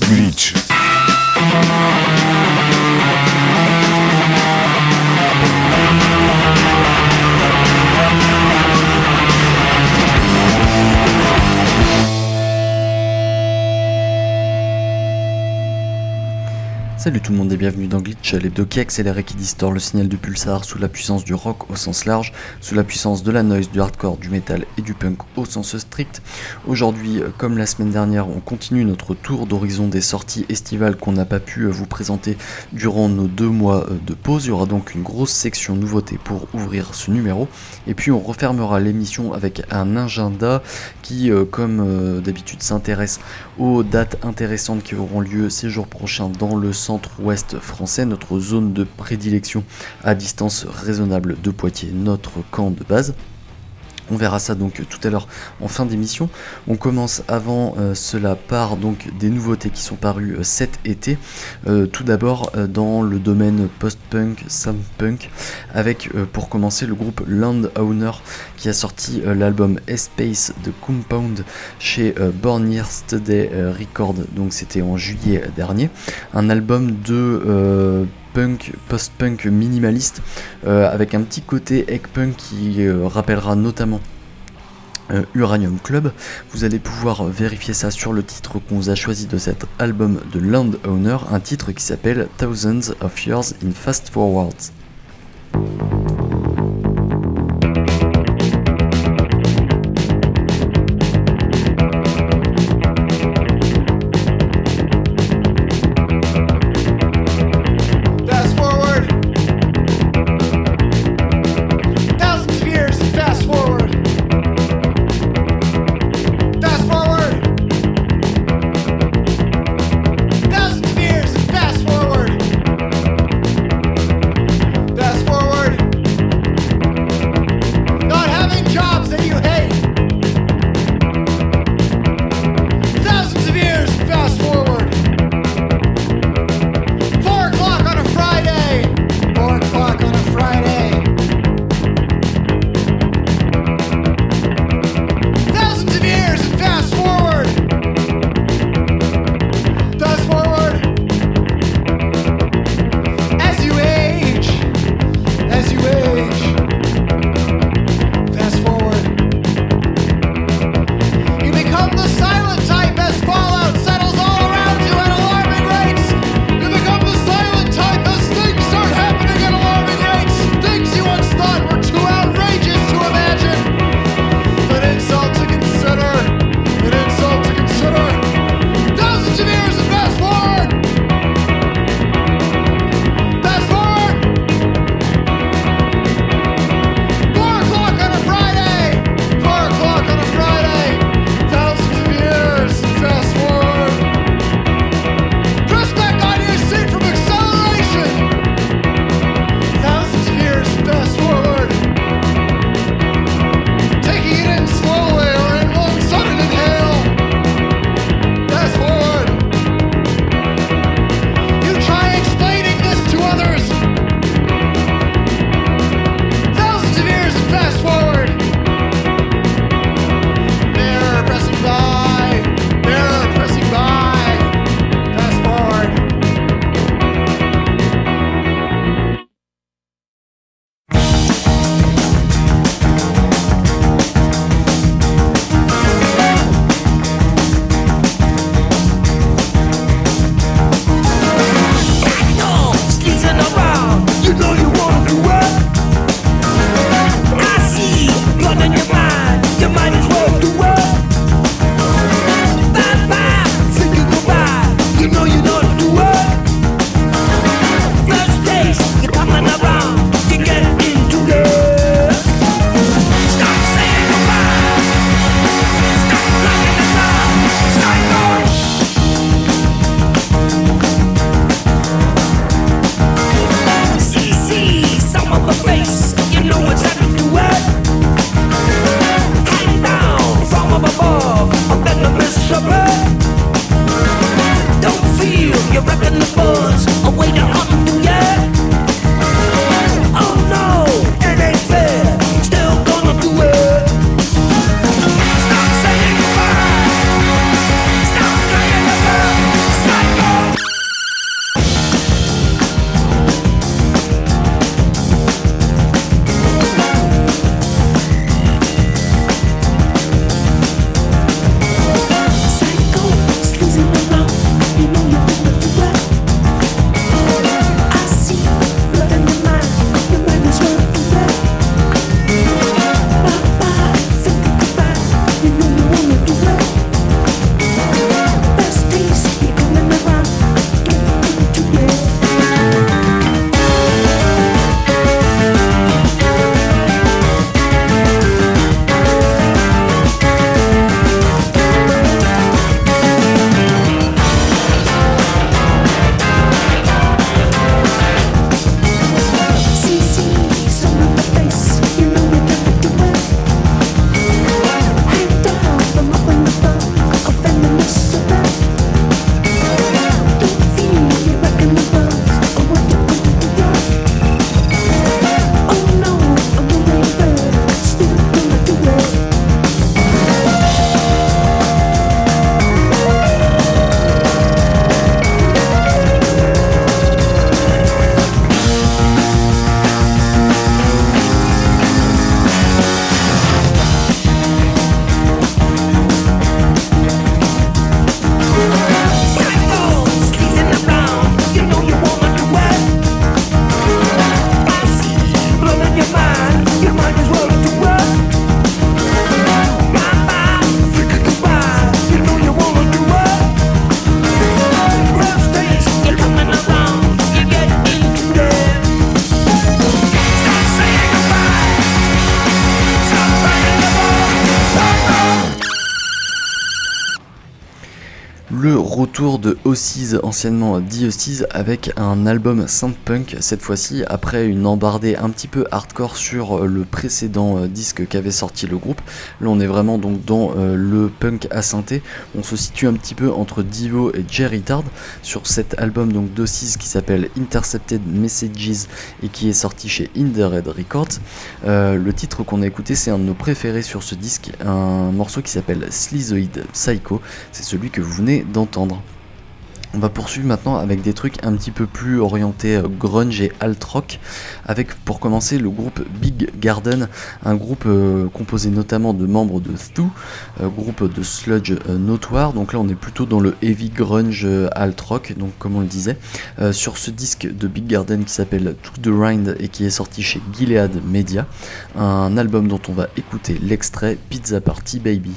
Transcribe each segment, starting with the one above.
Glitch. Salut tout le monde et bienvenue dans Glitch, l'hebdo qui accélère et qui distord le signal du pulsar sous la puissance du rock au sens large, sous la puissance de la noise, du hardcore, du metal et du punk au sens strict. Aujourd'hui, comme la semaine dernière, on continue notre tour d'horizon des sorties estivales qu'on n'a pas pu vous présenter durant nos 2 mois de pause. Il y aura donc une grosse section nouveautés pour ouvrir ce numéro. Et puis on refermera l'émission avec un agenda qui, comme d'habitude, s'intéresse aux dates intéressantes qui auront lieu ces jours prochains dans le centre-ouest français, notre zone de prédilection à distance raisonnable de Poitiers, notre camp de base. On verra ça donc tout à l'heure en fin d'émission. On commence avant cela par donc des nouveautés qui sont parues cet été. Tout d'abord dans le domaine post-punk, sound-punk, avec pour commencer le groupe Landowner qui a sorti l'album S-Space de Compound chez Born Yesterday Records, donc c'était en juillet dernier. Un album de punk, post-punk minimaliste avec un petit côté egg-punk qui rappellera notamment Uranium Club. Vous allez pouvoir vérifier ça sur le titre qu'on vous a choisi de cet album de Landowner, un titre qui s'appelle Thousands of Years in Fast Forwards. Fast forward. Le retour de Ossies, anciennement The Ossies, avec un album synth-punk, cette fois-ci après une embardée un petit peu hardcore sur le précédent disque qu'avait sorti le groupe. Là on est vraiment donc dans le punk à synthé, on se situe un petit peu entre Divo et Jerry Tard sur cet album donc d'Ossies qui s'appelle Intercepted Messages et qui est sorti chez In The Red Records. Le titre qu'on a écouté, c'est un de nos préférés sur ce disque, un morceau qui s'appelle Schizoid Psycho, c'est celui que vous venez d'entendre. On va poursuivre maintenant avec des trucs un petit peu plus orientés grunge et alt rock, avec pour commencer le groupe Big Garden, un groupe composé notamment de membres de Thu, groupe de sludge notoire. Donc là on est plutôt dans le heavy grunge alt rock, donc comme on le disait, sur ce disque de Big Garden qui s'appelle To The Rind et qui est sorti chez Gilead Media, un album dont on va écouter l'extrait Pizza Party Baby.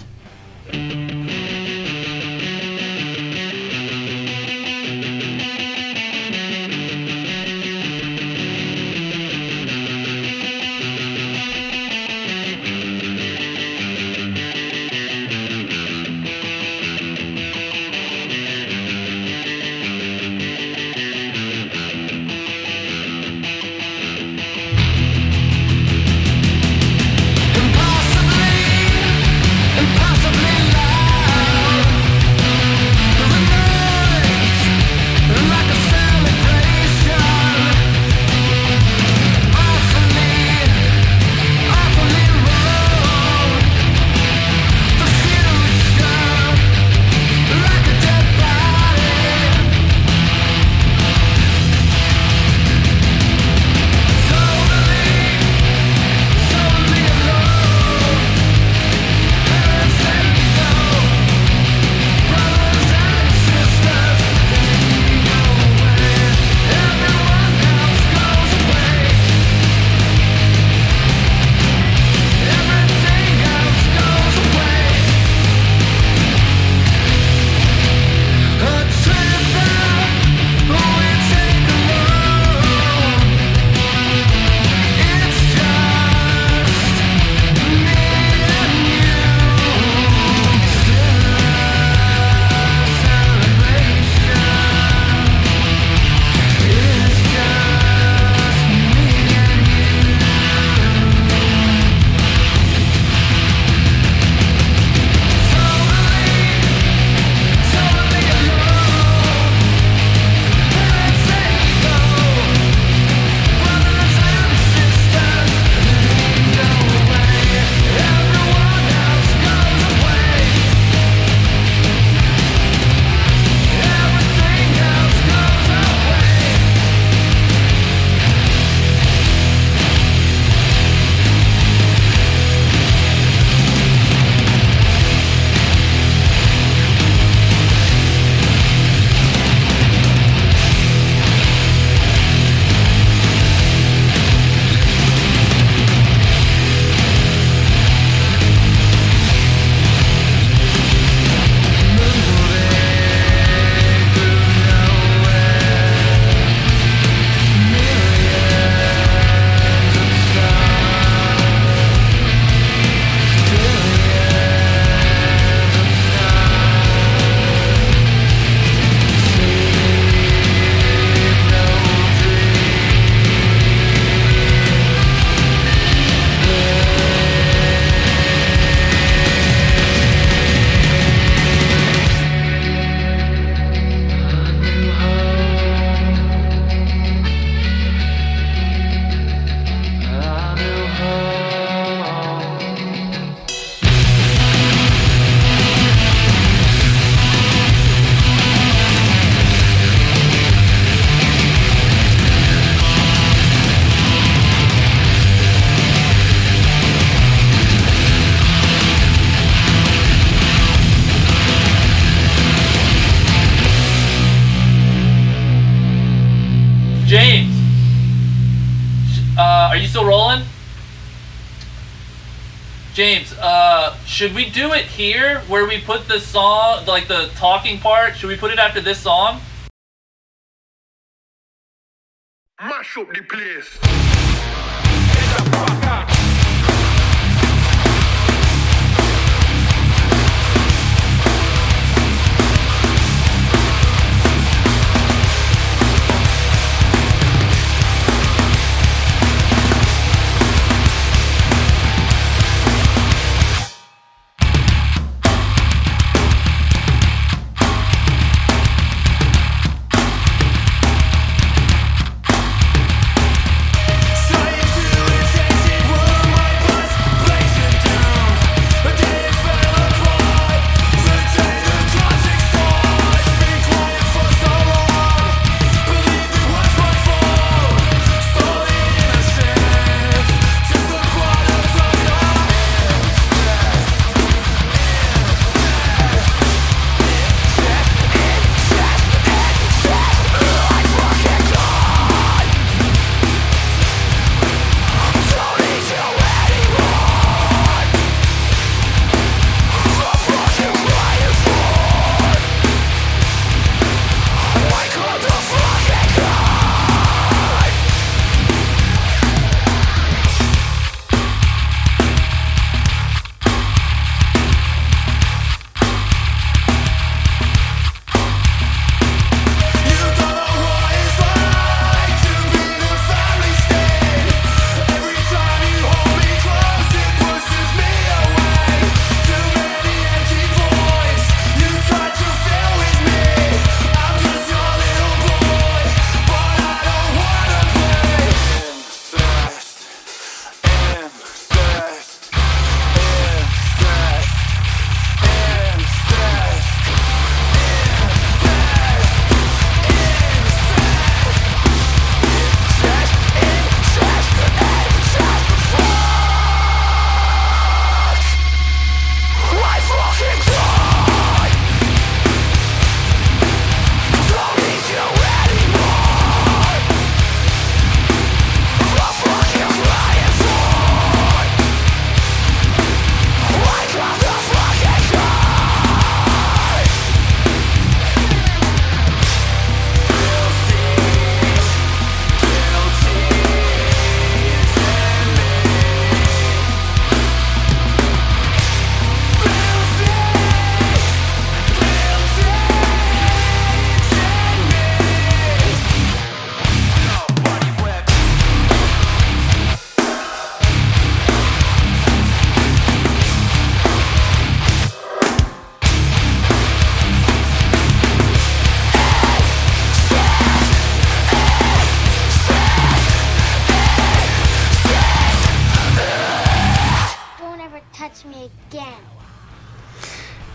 James, are you still rolling? James, should we do it here where we put the song, like the talking part? Should we put it after this song? Mash up the place.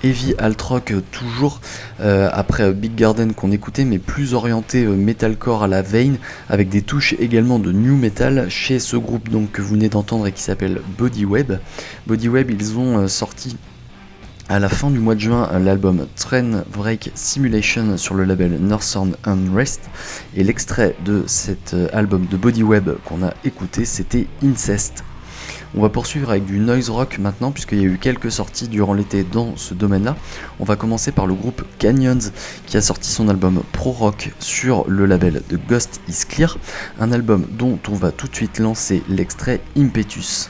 heavy alt rock toujours, après Big Garden qu'on écoutait, mais plus orienté metalcore à la veine, avec des touches également de new metal chez ce groupe donc que vous venez d'entendre et qui s'appelle Body Web. Body Web, ils ont sorti à la fin du mois de juin l'album Train Break Simulation sur le label Northern Unrest, et l'extrait de cet album de Body Web qu'on a écouté, c'était Incest. On va poursuivre avec du noise rock maintenant, puisqu'il y a eu quelques sorties durant l'été dans ce domaine-là. On va commencer par le groupe Canyons, qui a sorti son album Pro Rock sur le label de Ghost is Clear, un album dont on va tout de suite lancer l'extrait Impetus.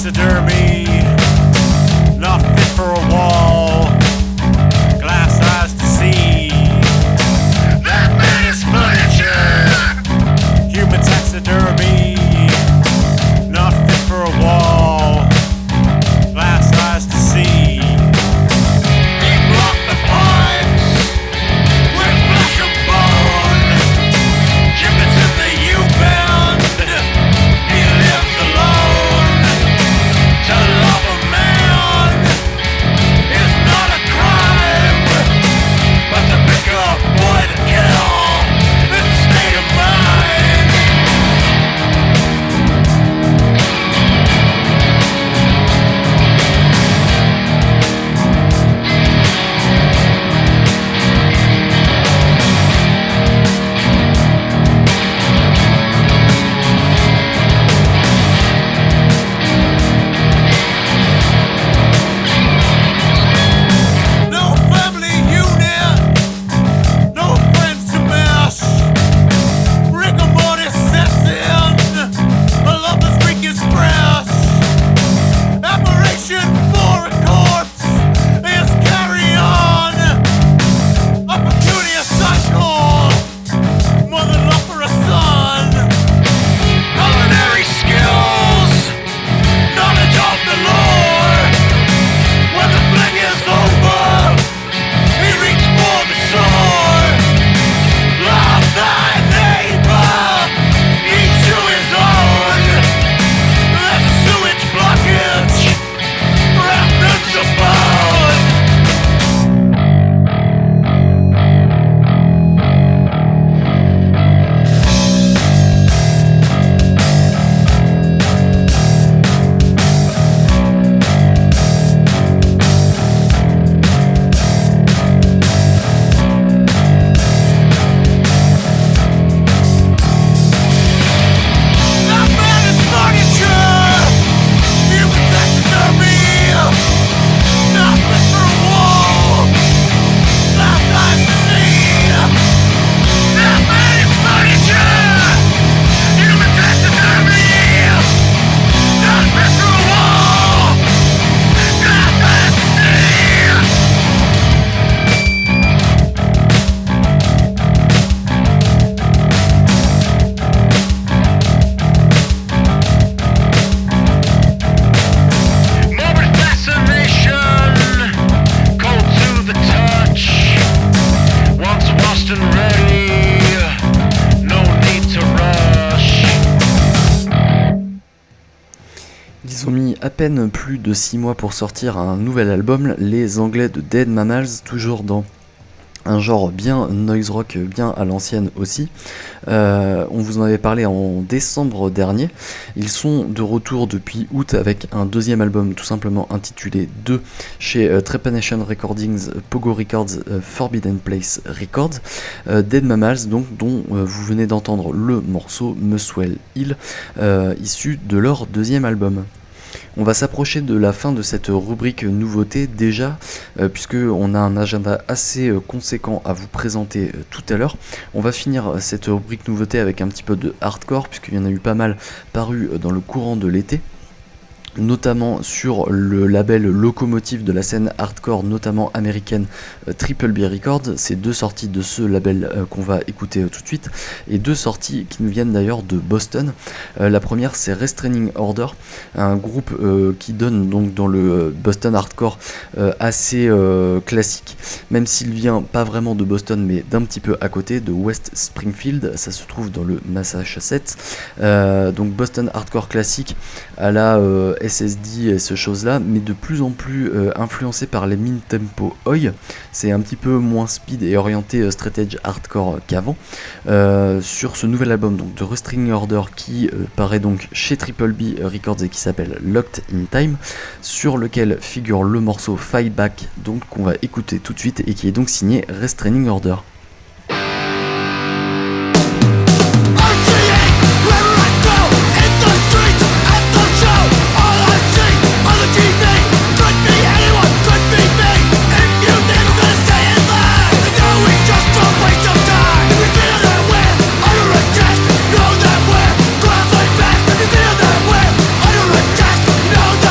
taxidermy, not fit for a wall, glass eyes to see. That man is furniture. Human taxidermy, not fit for a wall, glass eyes to see. He blocked the pipes with flesh and bone. Gibbets in the U-bend. He lives alone. To love a man is not a crime, but to pick up wood and kill is a state of mind. No family unit, no friends to mess. Rigor mortis sets in, a loveless freak is stress. Admiration for a corpse is carry on. A peculiar cycle, mother love for a son. Culinary skills, knowledge of the lore. When the fling is over, he reached for the sword. Love thy neighbor, each to his own. There's a sewage blockage, remnants of bone. That man is furniture. Human taxidermy, not fit for a wall. Glass eyes to see. That man is furniture. Human taxidermy, not fit for a wall. Glass eyes to see. Morbid fascination, cold to the touch. Once washed and ready, no need to rush. Ils ont mis à peine plus de 6 mois pour sortir un nouvel album, les Anglais de Dead Mammals, toujours dans un genre bien noise rock, bien à l'ancienne aussi. On vous en avait parlé en décembre dernier. Ils sont de retour depuis août avec un deuxième album tout simplement intitulé 2 chez Trepanation Recordings, Pogo Records, Forbidden Place Records. Dead Mammals, donc, dont vous venez d'entendre le morceau Muswell Hill, issu de leur deuxième album. On va s'approcher de la fin de cette rubrique nouveauté déjà, puisque on a un agenda assez conséquent à vous présenter tout à l'heure. On va finir cette rubrique nouveauté avec un petit peu de hardcore, puisqu'il y en a eu pas mal paru dans le courant de l'été, notamment sur le label locomotive de la scène hardcore, notamment américaine, Triple B Records. C'est deux sorties de ce label qu'on va écouter tout de suite, et deux sorties qui nous viennent d'ailleurs de Boston. La première, c'est Restraining Order, un groupe qui donne donc dans le Boston hardcore assez classique, même s'il vient pas vraiment de Boston mais d'un petit peu à côté, de West Springfield. Ça se trouve dans le Massachusetts. Donc Boston hardcore classique à la SSD et ce chose là, mais de plus en plus influencé par les mid-tempo Oi. C'est un petit peu moins speed et orienté straight edge hardcore qu'avant. Sur ce nouvel album donc de Restraining Order qui paraît donc chez Triple B Records et qui s'appelle Locked in Time, sur lequel figure le morceau Fight Back, donc qu'on va écouter tout de suite et qui est donc signé Restraining Order. No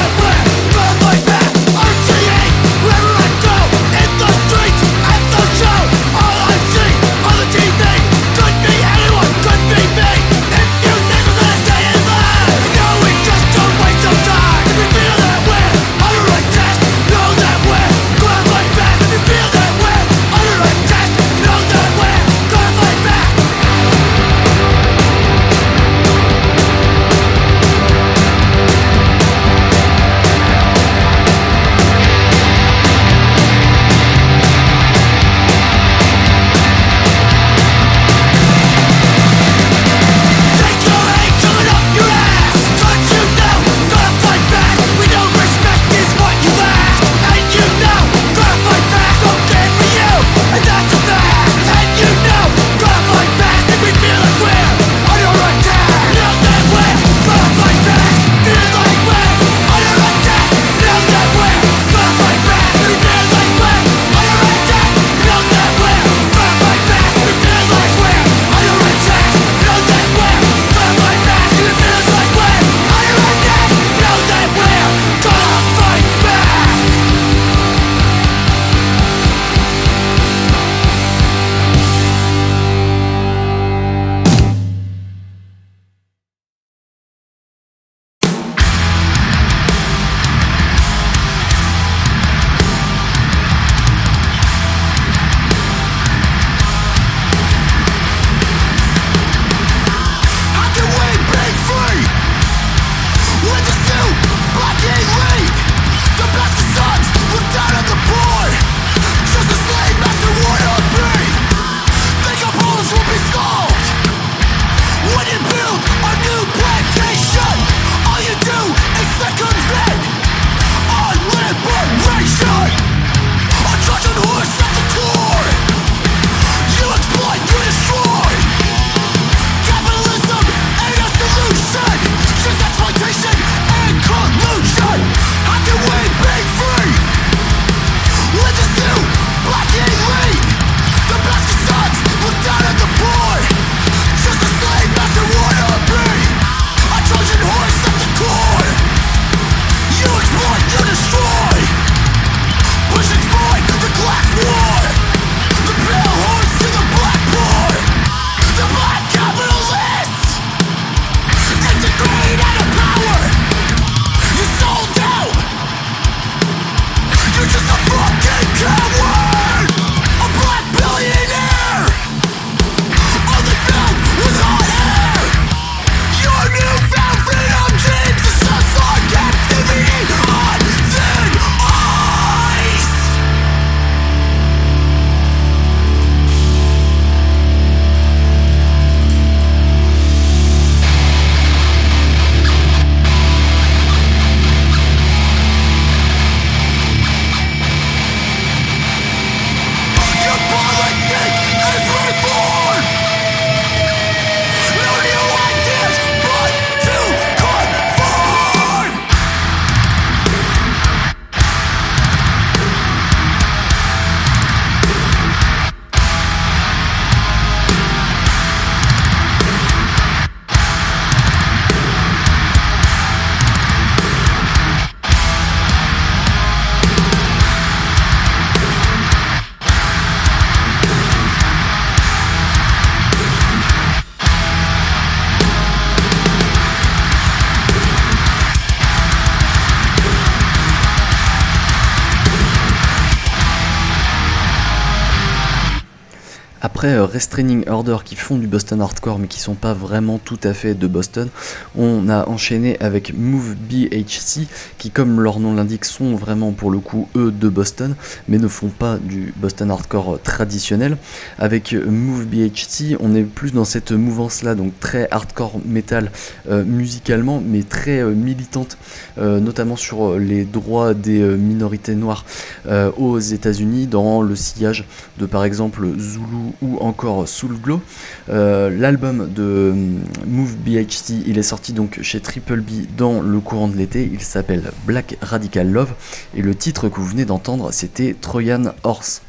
Après Restraining Order qui font du Boston Hardcore mais qui sont pas vraiment tout à fait de Boston, on a enchaîné avec Move BHC qui, comme leur nom l'indique, sont vraiment pour le coup eux de Boston mais ne font pas du Boston Hardcore traditionnel. Avec Move BHC on est plus dans cette mouvance là, donc très hardcore metal musicalement mais très militante, notamment sur les droits des minorités noires aux États-Unis, dans le sillage de par exemple Zulu ou encore Soul Glow. L'album de Move BHC, il est sorti donc chez Triple B dans le courant de l'été, il s'appelle Black Radical Love et le titre que vous venez d'entendre c'était Trojan Horse.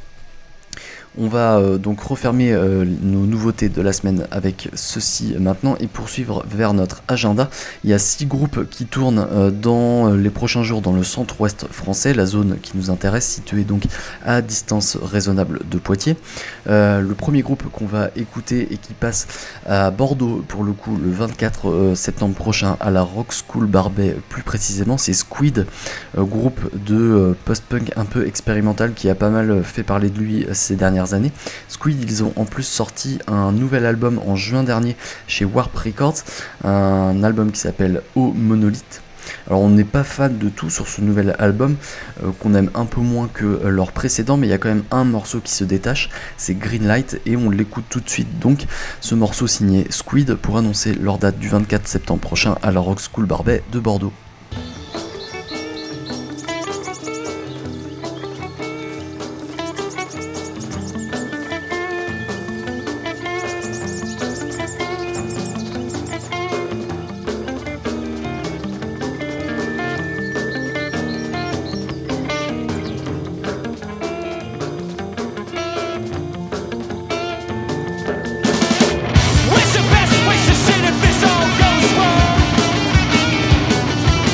On va donc refermer nos nouveautés de la semaine avec ceci maintenant et poursuivre vers notre agenda. Il y a 6 groupes qui tournent dans les prochains jours dans le centre-ouest français, la zone qui nous intéresse, située donc à distance raisonnable de Poitiers. Le premier groupe qu'on va écouter et qui passe à Bordeaux pour le coup le 24 septembre prochain à la Rock School Barbet plus précisément, c'est Squid, groupe de post-punk un peu expérimental qui a pas mal fait parler de lui ces dernières années. Squid, ils ont en plus sorti un nouvel album en juin dernier chez Warp Records, un album qui s'appelle O Monolith. Alors on n'est pas fan de tout sur ce nouvel album, qu'on aime un peu moins que leur précédent, mais il y a quand même un morceau qui se détache, c'est Greenlight, et on l'écoute tout de suite donc, ce morceau signé Squid, pour annoncer leur date du 24 septembre prochain à la Rock School Barbet de Bordeaux. Where's the best place to sit if this all goes wrong?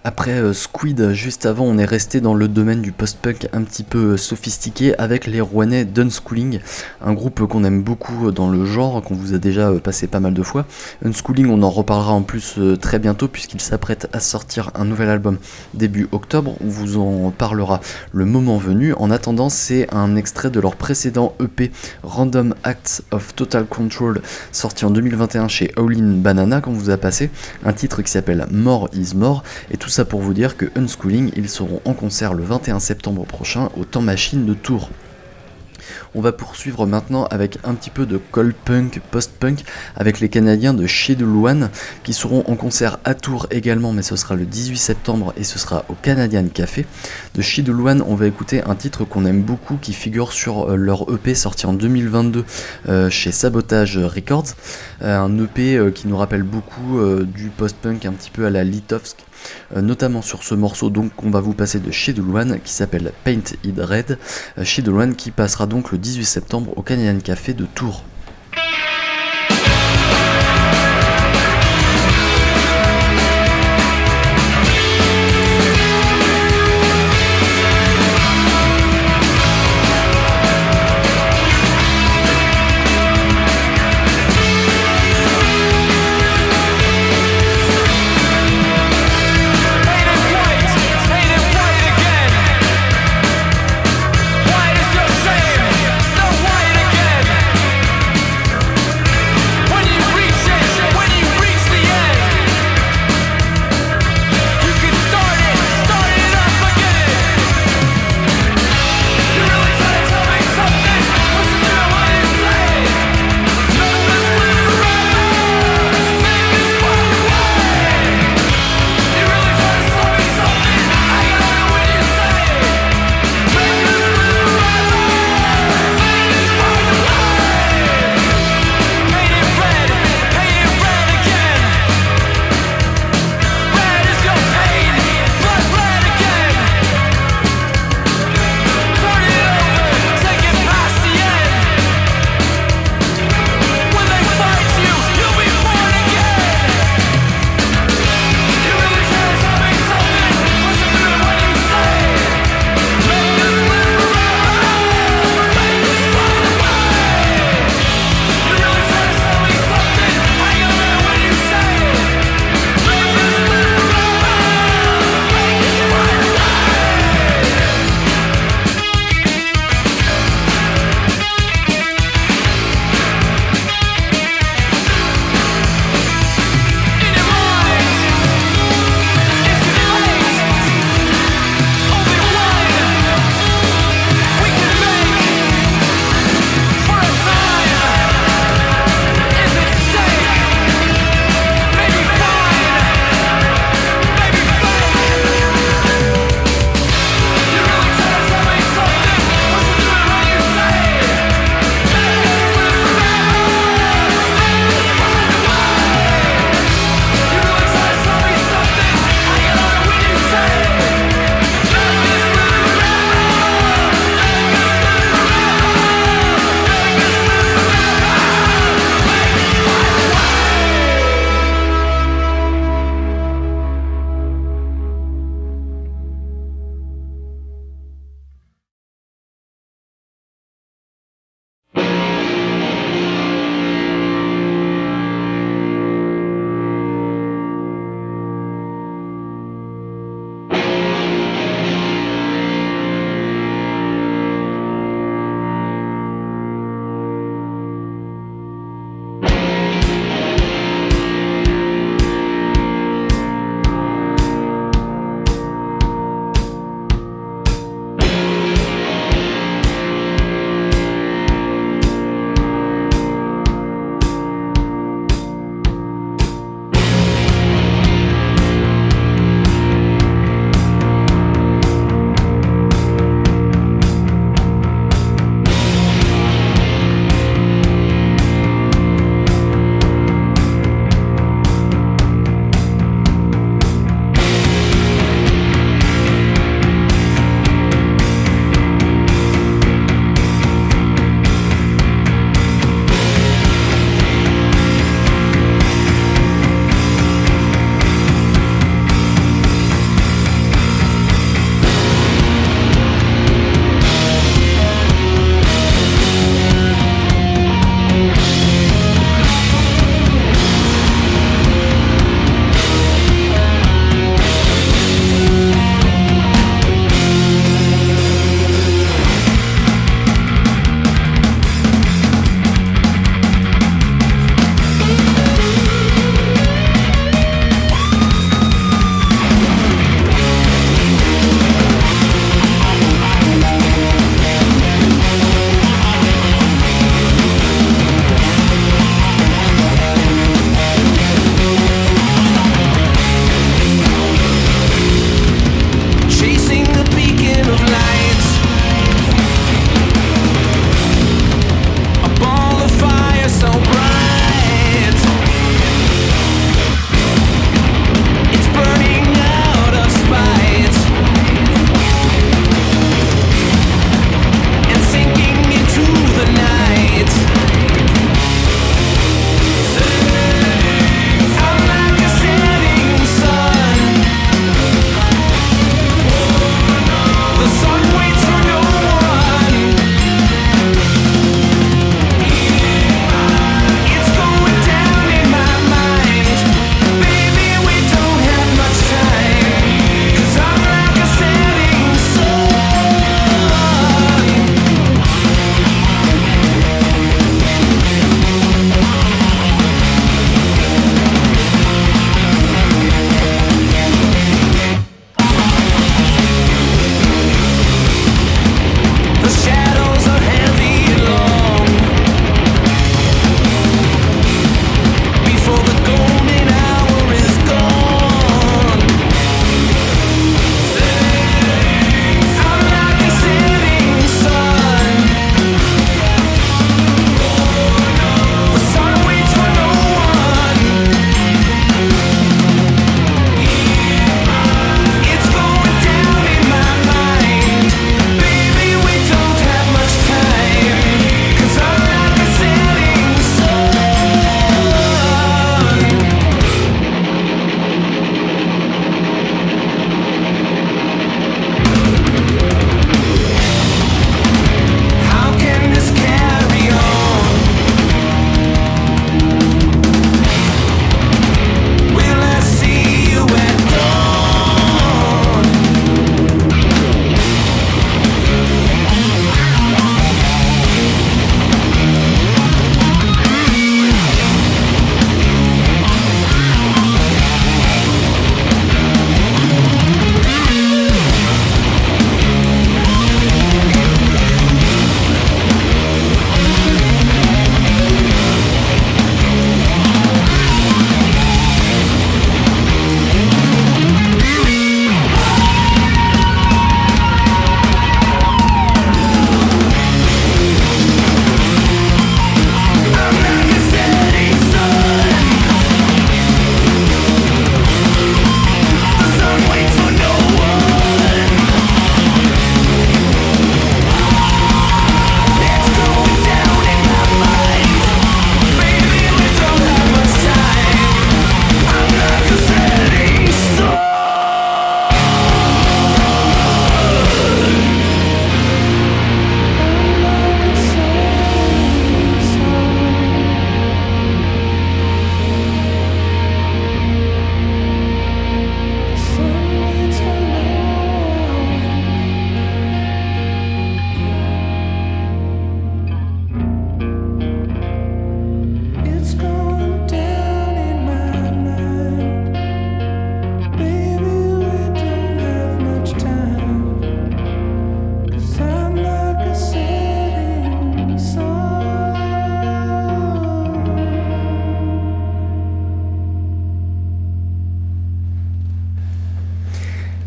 Après Squid, juste avant, on est resté dans le domaine du post-punk un petit peu sophistiqué avec les Rouennais d'Unschooling, un groupe qu'on aime beaucoup dans le genre, qu'on vous a déjà passé pas mal de fois. Unschooling, on en reparlera en plus très bientôt puisqu'il s'apprête à sortir un nouvel album début octobre, on vous en parlera le moment venu. En attendant, c'est un extrait de leur précédent EP Random Acts of Total Control, sorti en 2021 chez Howlin' Banana, qu'on vous a passé, un titre qui s'appelle More is More, et tout ça pour vous dire que Unschooling, ils seront en concert le 21 septembre prochain au Temps Machine de Tours. On va poursuivre maintenant avec un petit peu de cold punk, post-punk, avec les Canadiens de Schedule One, qui seront en concert à Tours également, mais ce sera le 18 septembre et ce sera au Canadian Café. De Schedule One, on va écouter un titre qu'on aime beaucoup, qui figure sur leur EP sorti en 2022 chez Sabotage Records, un EP qui nous rappelle beaucoup du post-punk un petit peu à la Litovsk, notamment sur ce morceau donc qu'on va vous passer de Schedule One qui s'appelle Paint It Red, Schedule One qui passera donc le 18 septembre au Canadian Café de Tours. White is your shame, still white again.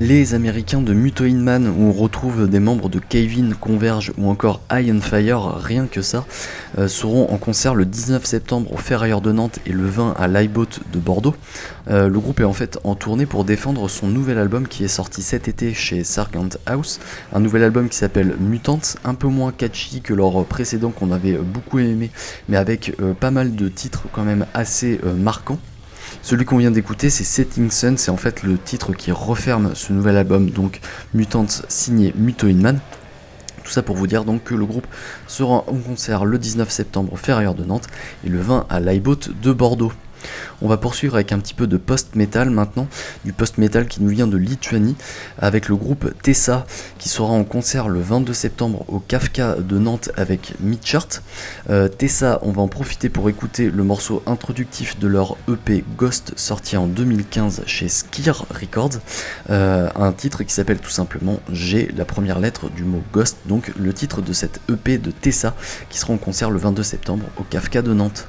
Les Américains de Mutoid Man, où on retrouve des membres de Kevin, Converge ou encore Iron Fire, rien que ça, seront en concert le 19 septembre au Ferrailleur de Nantes et le 20 à l'iBoat de Bordeaux. Le groupe est en fait en tournée pour défendre son nouvel album qui est sorti cet été chez Sargent House, un nouvel album qui s'appelle Mutants, un peu moins catchy que leur précédent qu'on avait beaucoup aimé, mais avec pas mal de titres quand même assez marquants. Celui qu'on vient d'écouter, c'est Setting Sun, c'est en fait le titre qui referme ce nouvel album, donc Mutants signé Mutoid Man. Tout ça pour vous dire donc que le groupe sera en concert le 19 septembre au Ferrailleur de Nantes et le 20 à l'iBoat de Bordeaux. On va poursuivre avec un petit peu de post-metal maintenant, du post-metal qui nous vient de Lituanie, avec le groupe Tessa qui sera en concert le 22 septembre au Kafka de Nantes avec Midchart. Tessa, on va en profiter pour écouter le morceau introductif de leur EP Ghost sorti en 2015 chez Skir Records, un titre qui s'appelle tout simplement G, la première lettre du mot Ghost, donc le titre de cette EP de Tessa qui sera en concert le 22 septembre au Kafka de Nantes.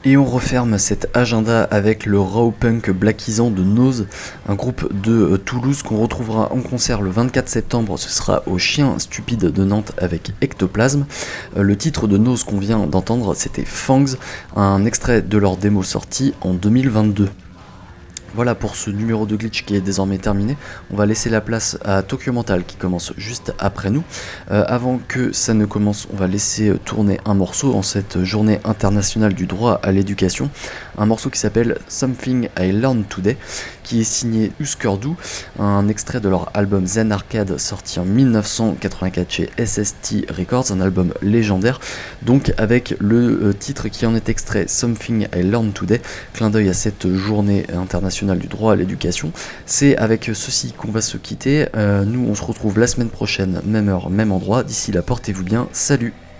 Et on referme cet agenda avec le raw punk blackisant de Nose, un groupe de Toulouse qu'on retrouvera en concert le 24 septembre, ce sera au Chien Stupide de Nantes avec Ectoplasme. Le titre de Nose qu'on vient d'entendre, c'était Fangs, un extrait de leur démo sortie en 2022. Voilà pour ce numéro de Glitch qui est désormais terminé. On va laisser la place à Tokyo Mental qui commence juste après nous. Avant que ça ne commence, on va laisser tourner un morceau en cette journée internationale du droit à l'éducation. Un morceau qui s'appelle Something I Learned Today, qui est signé Husker Du, un extrait de leur album Zen Arcade sorti en 1984 chez SST Records, un album légendaire, donc avec le titre qui en est extrait, Something I Learned Today, clin d'œil à cette journée internationale du droit à l'éducation. C'est avec ceci qu'on va se quitter. Nous on se retrouve la semaine prochaine, même heure, même endroit. D'ici là, portez-vous bien, salut.